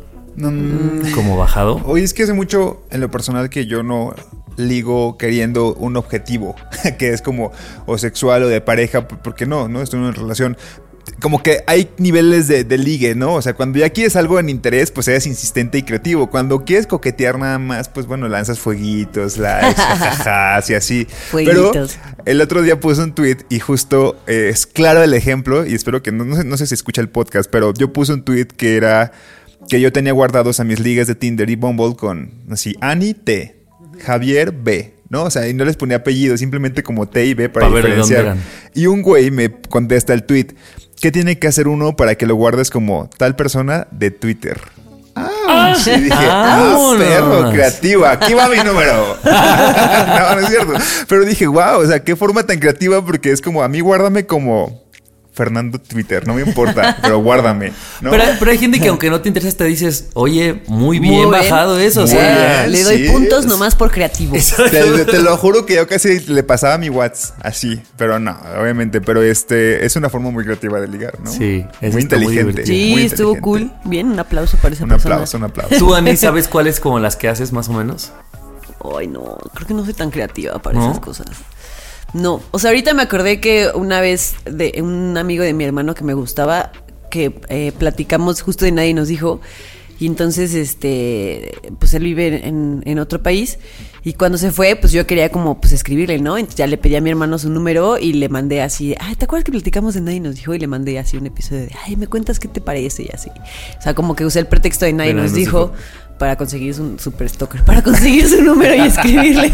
Mm, como bajado? Oye, es que hace mucho en lo personal que yo no ligo queriendo un objetivo, que es como o sexual o de pareja, porque no, no estoy en una relación. Como que hay niveles de, de ligue, ¿no? O sea, cuando ya quieres algo en interés, pues eres insistente y creativo. Cuando quieres coquetear nada más, pues bueno, lanzas fueguitos, likes, jajajas y así. Fueguitos. Pero el otro día puse un tweet y justo eh, es claro el ejemplo, y espero que no, no sé, no sé si escucha el podcast, pero yo puse un tweet que era que yo tenía guardados a mis ligas de Tinder y Bumble con así, Ani T, Javier B, ¿no? O sea, y no les ponía apellido, simplemente como T y B para Pa' ver de dónde diferenciar. eran. Y un güey me contesta el tweet, ¿qué tiene que hacer uno para que lo guardes como tal persona de Twitter? Ah, y dije, ah, vámonos. perro, creativa, aquí va mi número. No, no es cierto. Pero dije, wow, o sea, qué forma tan creativa, porque es como, a mí guárdame como Fernando Twitter, no me importa, pero guárdame, ¿no? Pero, pero hay gente que aunque no te interesa te dices, oye, muy bien, Muy bien. bajado eso. O Muy sea, bien. Le doy sí, puntos es- nomás por creativo. Te, te lo juro que yo casi le pasaba mi WhatsApp así, pero no, obviamente, pero este es una forma muy creativa de ligar, ¿no? Sí, eso muy está muy inteligente. Sí, muy estuvo inteligente. cool. Bien, un aplauso para esa Un persona. aplauso, un aplauso. tú, Ani, ¿sabes cuáles como las que haces más o menos? Ay, no, creo que no soy tan creativa para ¿No? esas cosas. No, o sea, ahorita me acordé que una vez de un amigo de mi hermano que me gustaba, que eh, platicamos justo de Nadie Nos Dijo, y entonces, este, pues él vive en, en otro país, y cuando se fue, pues yo quería como, pues escribirle, ¿no? Entonces ya le pedí a mi hermano su número y le mandé así, ay, ¿te acuerdas que platicamos de Nadie Nos Dijo? Y le mandé así un episodio de, ay, ¿me cuentas qué te parece? Y así. O sea, como que usé el pretexto de Nadie De Nadie Nos Nos Dijo Dijo. para conseguir un super stalker, para conseguir su número y escribirle.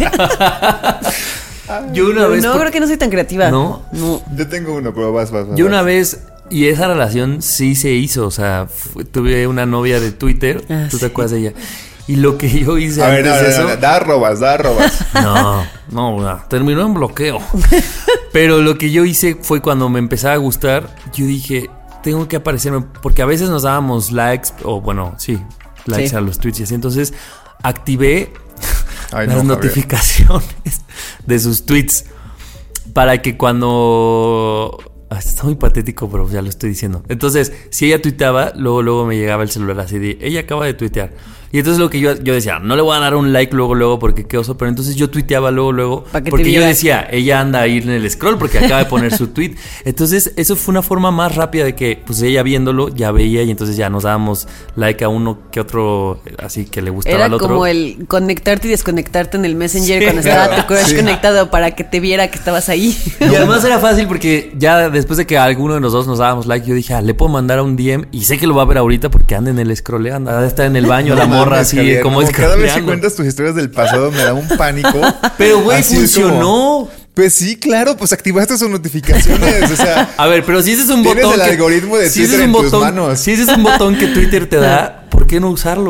Yo una vez... No, por- creo que no soy tan creativa. ¿No? No. Yo tengo uno, pero vas, vas, vas. Yo una vas. vez, y esa relación sí se hizo, o sea, fu- tuve una novia de Twitter, Ah, ¿tú sí. te acuerdas de ella? Y lo que yo hice A ver, antes no, de no, eso... no, no, da arrobas, da arrobas. No, no, no, terminó en bloqueo. Pero lo que yo hice fue cuando me empezaba a gustar, yo dije, tengo que aparecerme, porque a veces nos dábamos likes, o bueno, sí, likes Sí. a los tweets y así. Entonces activé Ay, las no, Javier. notificaciones de sus tweets para que cuando... Ay, está muy patético, pero ya lo estoy diciendo. Entonces, si ella tuiteaba, luego luego me llegaba el celular así de, ella acaba de tuitear. Y entonces lo que yo, yo decía, no le voy a dar un like luego luego porque qué oso, pero entonces yo tuiteaba luego luego Pa' que te porque yo viera. decía, ella anda ahí en el scroll porque acaba de poner su tweet. Entonces, eso fue una forma más rápida de que pues ella viéndolo ya veía y entonces ya nos dábamos like a uno que otro así que le gustaba Era al otro. como el conectarte y desconectarte en el Messenger Sí. cuando estaba tu crush Sí. conectado para que te viera que estabas ahí. Y además era fácil porque ya después de que a alguno de los dos nos dábamos like, yo dije, ah, le puedo mandar a un D M y sé que lo va a ver ahorita porque anda en el scroll, anda, ha de estar en el baño la No morra mames, así Javier, como no, cada vez que scrolleando. cuentas tus historias del pasado me da un pánico. Pero güey, Así es como- funcionó. Pues sí, claro, pues activaste sus notificaciones, o sea, A ver, pero si ese es un Tienes botón el que- algoritmo de si ese Twitter es un en tus botón, manos. Si ese es un botón que Twitter te da, ¿por qué no usarlo?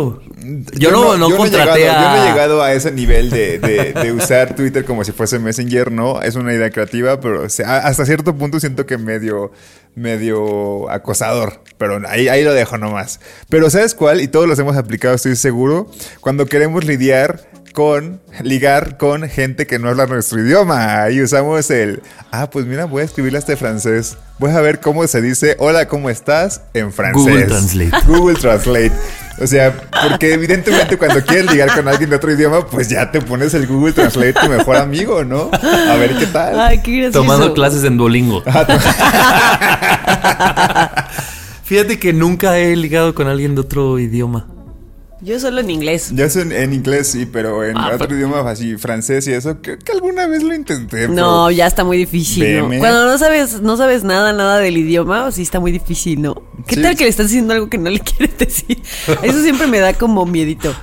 Yo, yo no, no yo contraté no he llegado, a... Yo no he llegado a ese nivel de, de, de usar Twitter como si fuese Messenger, ¿no? Es una idea creativa, pero o sea, hasta cierto punto siento que medio, medio acosador. Pero ahí, ahí lo dejo nomás. Pero ¿sabes cuál? Y todos los hemos aplicado, estoy seguro. Cuando queremos lidiar con, ligar con gente que no habla nuestro idioma. Y usamos el, ah, pues mira, voy a escribirle este francés. Voy a ver cómo se dice, hola, ¿cómo estás? En francés. Google Translate. Google Translate. O sea, porque evidentemente cuando quieres ligar con alguien de otro idioma, pues ya te pones el Google Translate, tu mejor amigo, ¿no? A ver qué tal. Ay, qué gracioso. Tomando clases en Duolingo. Fíjate que nunca he ligado con alguien de otro idioma. Yo solo en inglés. Yo soy en, en inglés, sí, pero en Ah, otro pero... idioma así, francés y eso, que, que alguna vez lo intenté. No, ya está muy difícil, ¿no? Cuando no sabes, no sabes nada, nada del idioma, sí está muy difícil, ¿no? ¿Qué Sí. tal que le estás diciendo algo que no le quieres decir? Eso siempre me da como miedito.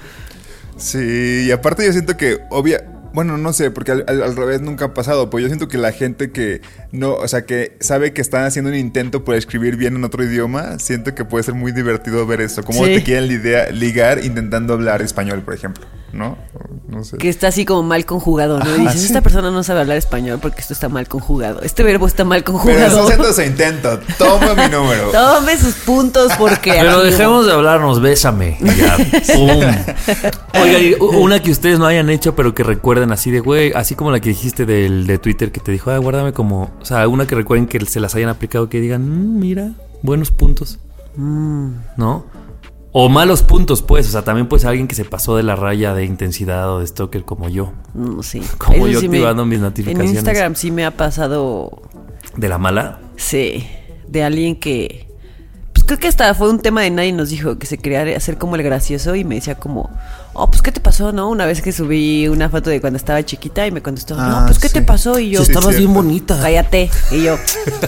Sí, y aparte yo siento que, obvia, bueno, no sé, porque al, al, al revés nunca ha pasado, pero yo siento que la gente que no, o sea, que sabe que están haciendo un intento por escribir bien en otro idioma, siento que puede ser muy divertido ver eso, cómo Sí. te quieren lidia- ligar intentando hablar español, por ejemplo, ¿no? No sé. Que está así como mal conjugado, ¿no? Y Ajá, dices, sí. esta persona no sabe hablar español porque esto está mal conjugado. Este verbo está mal Pero conjugado. está haciendo su intento, toma mi número. Tome sus puntos porque... Pero amigo. dejemos de hablarnos, bésame. Y ya, pum. Oiga, y una que ustedes no hayan hecho, pero que recuerden así de, güey, así como la que dijiste del de Twitter que te dijo, ah, guárdame como, o sea, una que recuerden que se las hayan aplicado, que digan, mmm, mira, buenos puntos. Mm. ¿No? O malos puntos, pues, o sea, también puede ser alguien que se pasó de la raya de intensidad o de stalker como yo. No, sí. Como Eso yo sí me- activando mis notificaciones. En Instagram sí me ha pasado... ¿De la mala? Sí, de alguien que... Pues creo que hasta fue un tema de nadie nos dijo que se quería hacer como el gracioso y me decía como, oh, pues ¿qué te pasó, no? Una vez que subí una foto de cuando estaba chiquita y me contestó, Ah, no, pues ¿qué sí. te pasó? Y yo, Sí, Estabas cierto. bien bonita. cállate. Y yo,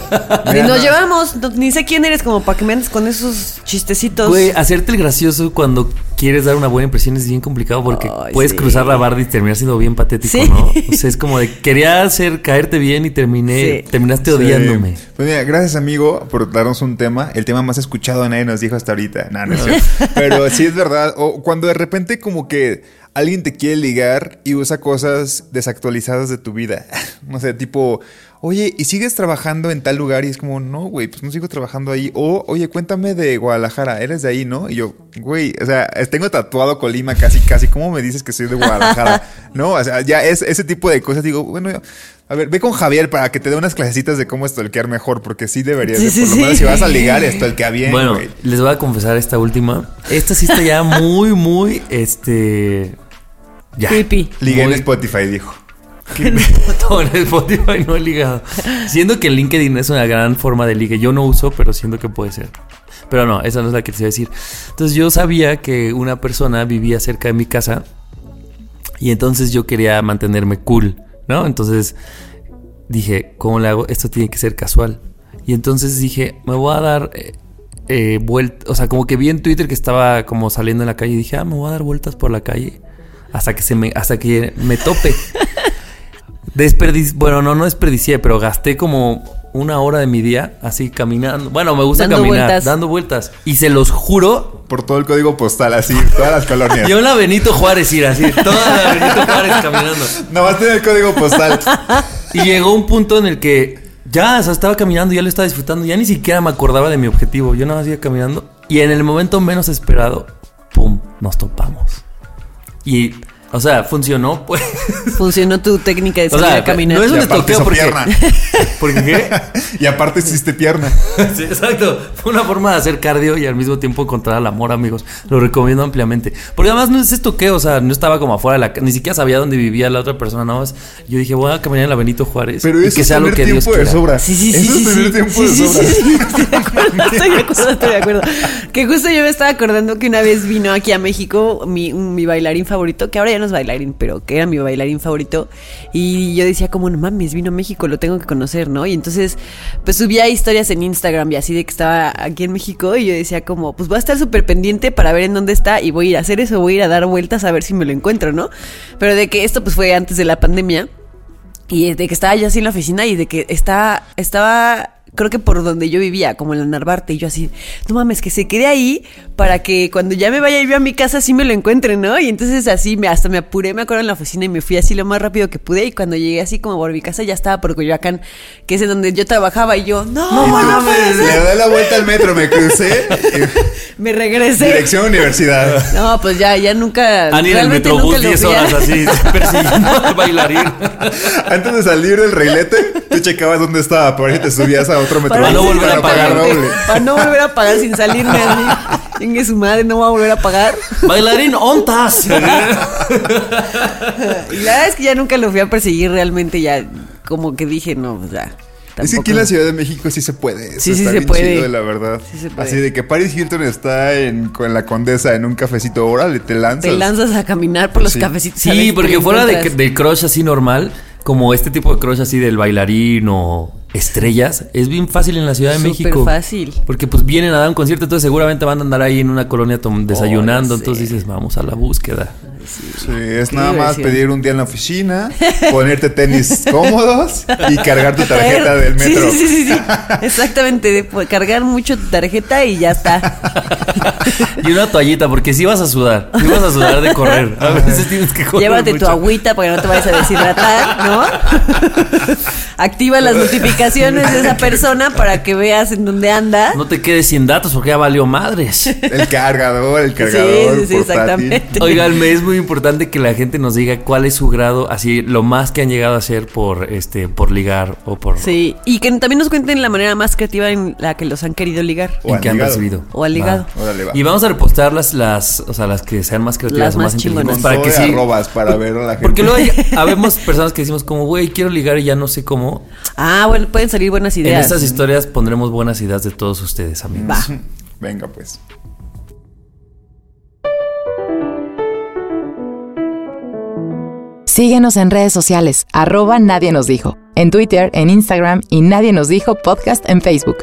y Mira, nos no. llevamos, no- ni sé quién eres como para que me andes con esos chistecitos. Güey, hacerte el gracioso cuando quieres dar una buena impresión es bien complicado porque Ay, puedes sí. cruzar la barda y terminar siendo bien patético, Sí. ¿no? O sea, es como de quería hacer caerte bien y terminé, Sí. terminaste Sí. odiándome. Pues mira, gracias amigo por darnos un tema, el tema más escuchado nadie nos dijo hasta ahorita. No, no es cierto. Pero sí es verdad, o cuando de repente como que alguien te quiere ligar y usa cosas desactualizadas de tu vida. No sé, tipo, oye, ¿y sigues trabajando en tal lugar? Y es como, no, güey, pues no sigo trabajando ahí. O, oye, cuéntame de Guadalajara, ¿eres de ahí, no? Y yo, güey, o sea, tengo tatuado Colima casi, casi. ¿Cómo me dices que soy de Guadalajara? No, o sea, ya es ese tipo de cosas. Digo, bueno, a ver, ve con Javier para que te dé unas clasecitas de cómo stalkear mejor, porque sí deberías, Sí, de, sí, por lo sí. menos si vas a ligar, stalkea bien, Bueno, güey. les voy a confesar esta última. Esta sí está ya muy, muy, este... Ya. Creepy. Ligué en Muy- Spotify, dijo. No, en Spotify no he ligado. Siendo que LinkedIn es una gran forma de ligue. Yo no uso, pero siento que puede ser. Pero no, esa no es la que te iba a decir. Entonces yo sabía que una persona vivía cerca de mi casa y entonces yo quería mantenerme cool, ¿no? Entonces dije, ¿cómo le hago? Esto tiene que ser casual. Y entonces dije, me voy a dar eh, eh, vueltas. O sea, como que vi en Twitter que estaba como saliendo en la calle y dije, ah, me voy a dar vueltas por la calle hasta que se me, hasta que me tope. Desperdici- bueno, no, no desperdicié, pero gasté como una hora de mi día así caminando. Bueno, me gusta Dando caminar, vueltas. dando vueltas. Y se los juro, Por todo el código postal, así, todas las colonias. yo en la Benito Juárez ir así, toda la Benito Juárez caminando. Nomás tiene el código postal. Y llegó un punto en el que ya, o sea, estaba caminando, ya lo estaba disfrutando, ya ni siquiera me acordaba de mi objetivo. Yo nada más iba caminando y en el momento menos esperado, pum, nos topamos. Y, o sea, funcionó, pues. Funcionó tu técnica de O salir sea, a caminar. no es Y un aparte estoqueo hizo porque... pierna. ¿Por qué? Y aparte hiciste pierna. Sí, exacto. Fue una forma de hacer cardio y al mismo tiempo encontrar el amor, amigos. Lo recomiendo ampliamente. Porque además no es esto que, o sea, no estaba como afuera de la ca- ni siquiera sabía dónde vivía la otra persona, nada más. Yo dije, voy a caminar en la Benito Juárez. Pero y eso que es sea lo tener que Dios tiempo de quiera. sobra. Sí, sí, sí. Eso sí, es tener sí. tiempo Sí, de sí, sobra. sí, sí, estoy de acuerdo, estoy de acuerdo, estoy de acuerdo. Que justo yo me estaba acordando que una vez vino aquí a México mi, mi bailarín favorito, que ahora ya no es bailarín, pero que era mi bailarín favorito. Y yo decía como, no mames, vino a México, lo tengo que conocer, ¿no? Y entonces, pues subía historias en Instagram y así de que estaba aquí en México. Y yo decía como, pues voy a estar súper pendiente para ver en dónde está y voy a ir a hacer eso, voy a ir a dar vueltas a ver si me lo encuentro, ¿no? Pero de que esto pues fue antes de la pandemia. Y de que estaba yo así en la oficina y de que estaba, estaba creo que por donde yo vivía, como en la Narvarte, y yo así, no mames, que se quede ahí para que cuando ya me vaya yo a mi casa sí me lo encuentre, ¿no? Y entonces así me hasta me apuré, me acuerdo, en la oficina y me fui así lo más rápido que pude, y cuando llegué así como por mi casa ya estaba por Coyoacán, que es en donde yo trabajaba, y yo, no, Y no, tú, puede le ser. doy la vuelta al metro, me crucé. Me regresé. Dirección universidad. No, pues ya, ya nunca. Ani en el realmente Metrobús nunca lo diez vi a- horas así, persiguiendo al bailarín. Antes de salir del reilete, tú checabas dónde estaba, por ahí te subías a otro metro. Para no volver a pagar doble. Para no volver a pagar sin salirme a mí. Chingue su madre, no voy a volver a pagar. Bailarín, ontas. Y la verdad es que ya nunca lo fui a perseguir realmente, ya como que dije, no, pues ya. Es que aquí en la Ciudad de México sí se puede. Eso Sí, sí está se bien puede. chido, la verdad. Sí se puede. Así de que Paris Hilton está en, con la Condesa en un cafecito, órale, te lanzas. Te lanzas a caminar por los Sí. cafecitos. Sí, ¿sabes? porque Te fuera de, encuentras. de crush así normal, como este tipo de crush así del bailarín o estrellas, es bien fácil en la Ciudad de Súper México. fácil. Porque pues vienen a dar un concierto, entonces seguramente van a andar ahí en una colonia tom- desayunando, Oh, ya sé. entonces dices, vamos a la búsqueda. Sí, es Qué nada más diversión. pedir un día en la oficina, ponerte tenis cómodos y cargar tu tarjeta del Sí, metro. Sí, sí, sí, sí. Exactamente, de po- cargar mucho tu tarjeta y ya está. Y una toallita, porque si vas a sudar, si vas a sudar de correr, a veces tienes que correr Llévate mucho. tu agüita para que no te vayas a deshidratar, ¿no? Activa las notificaciones de esa persona para que veas en dónde anda. No te quedes sin datos porque ya valió madres. El cargador, el cargador. sí, sí, portátil. exactamente. Oigan, me es muy importante que la gente nos diga cuál es su grado, así lo más que han llegado a hacer por este por ligar o por Sí, y que también nos cuenten la manera más creativa en la que los han querido ligar. O en al que han ligado. recibido. O al ligado. Va. Órale, va. Y vamos a repostar las, las, o sea, las que sean más creativas Las o más más inteligentes chingonas. Para para que sí. arrobas para ver a la gente. Porque luego hay, habemos personas que decimos como, güey, quiero ligar y ya no sé cómo. Ah, bueno, pueden salir buenas En ideas. estas historias pondremos buenas ideas de todos ustedes, amigos. Va. Venga, pues. Síguenos en redes sociales, arroba Nadie Nos Dijo, en Twitter, en Instagram y Nadie Nos Dijo Podcast en Facebook.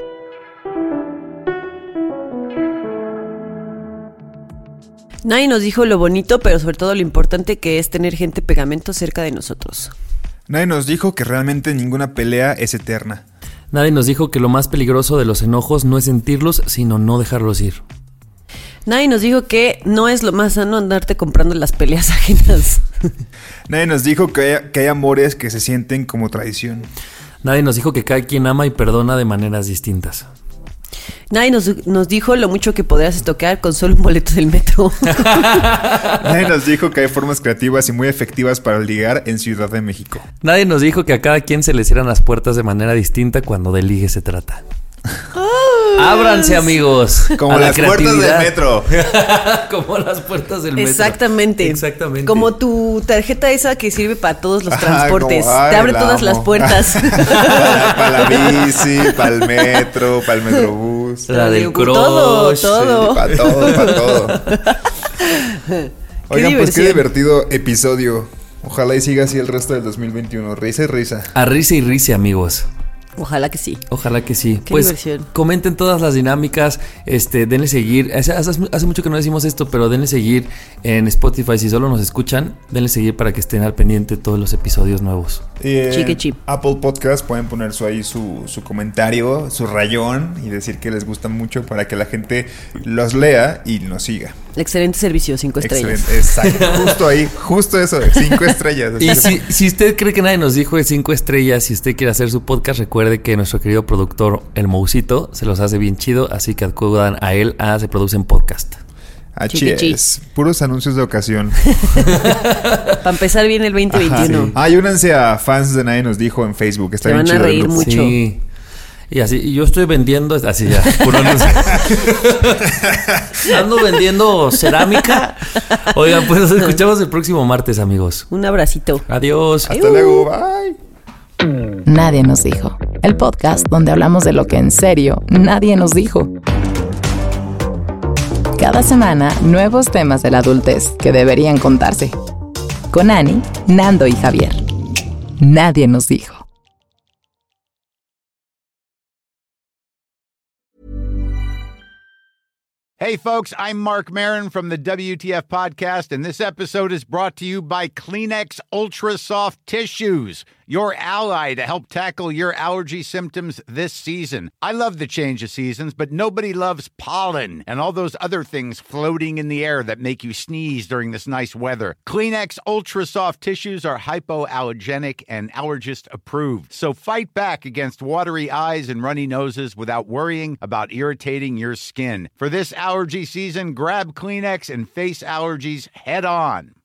Nadie nos dijo lo bonito, pero sobre todo lo importante que es tener gente pegamento cerca de nosotros. Nadie nos dijo que realmente ninguna pelea es eterna. Nadie nos dijo que lo más peligroso de los enojos no es sentirlos, sino no dejarlos ir. Nadie nos dijo que no es lo más sano andarte comprando las peleas ajenas. Nadie nos dijo que hay, que hay amores que se sienten como traición. Nadie nos dijo que cada quien ama y perdona de maneras distintas. Nadie nos, nos dijo lo mucho que podrías estoquear con solo un boleto del metro. Nadie nos dijo que hay formas creativas y muy efectivas para ligar en Ciudad de México. Nadie nos dijo que a cada quien se le cierran las puertas de manera distinta cuando de ligue se trata. Ábranse, amigos. Como a la las puertas del creatividad. metro. Como las puertas del metro. Exactamente. Exactamente. Como tu tarjeta esa que sirve para todos los Ajá, transportes. como, ay, Te abre la todas amo. las puertas. Para, para la bici, para el metro, para el metrobús. La del crush. Todo, todo. Para todo, para todo. Oigan, pues qué diversión. divertido episodio. Ojalá y siga así el resto del dos mil veintiuno. Risa y risa. A risa y risa, amigos. Ojalá que sí. Ojalá que sí. Qué Pues diversión. comenten todas las dinámicas, este, denle seguir. Hace, hace- hace mucho que no decimos esto, pero denle seguir en Spotify. Si solo nos escuchan, denle seguir para que estén al pendiente de todos los episodios nuevos. Y en Chique chip. Apple Podcast pueden poner su, ahí su, su comentario, su rayón y decir que les gusta mucho para que la gente los lea y nos siga. Excelente servicio, cinco estrellas. Excelente, exacto. Justo ahí, justo eso, cinco estrellas. Así Y que- si, si usted cree que nadie nos dijo de cinco estrellas, si usted quiere hacer su podcast, recuerde que nuestro querido productor, el Mousito, se los hace bien chido, así que acudan a él a Se Producen Podcast. Chiqui, chi. Achis, puros anuncios de ocasión. Para empezar bien el veinte veintiuno. Sí. Ah, y únanse a fans de Nadie Nos Dijo en Facebook. Está Se bien van a chido el reír grupo. mucho. Sí. Y así, y yo estoy vendiendo, así ya, puro anuncio. Ando vendiendo cerámica. Oigan, pues nos escuchamos el próximo martes, amigos. Un abracito. Adiós. Hasta luego, bye. Nadie Nos Dijo, el podcast donde hablamos de lo que en serio nadie nos dijo. Cada semana, nuevos temas de la adultez que deberían contarse. Con Ani, Nando y Javier. Nadie Nos Dijo. Hey, folks, I'm Mark Maron from the W T F Podcast, and this episode is brought to you by Kleenex Ultra Soft Tissues. your ally to help tackle your allergy symptoms this season. I love the change of seasons, but nobody loves pollen and all those other things floating in the air that make you sneeze during this nice weather. Kleenex Ultra Soft Tissues are hypoallergenic and allergist approved. So fight back against watery eyes and runny noses without worrying about irritating your skin. For this allergy season, grab Kleenex and face allergies head on.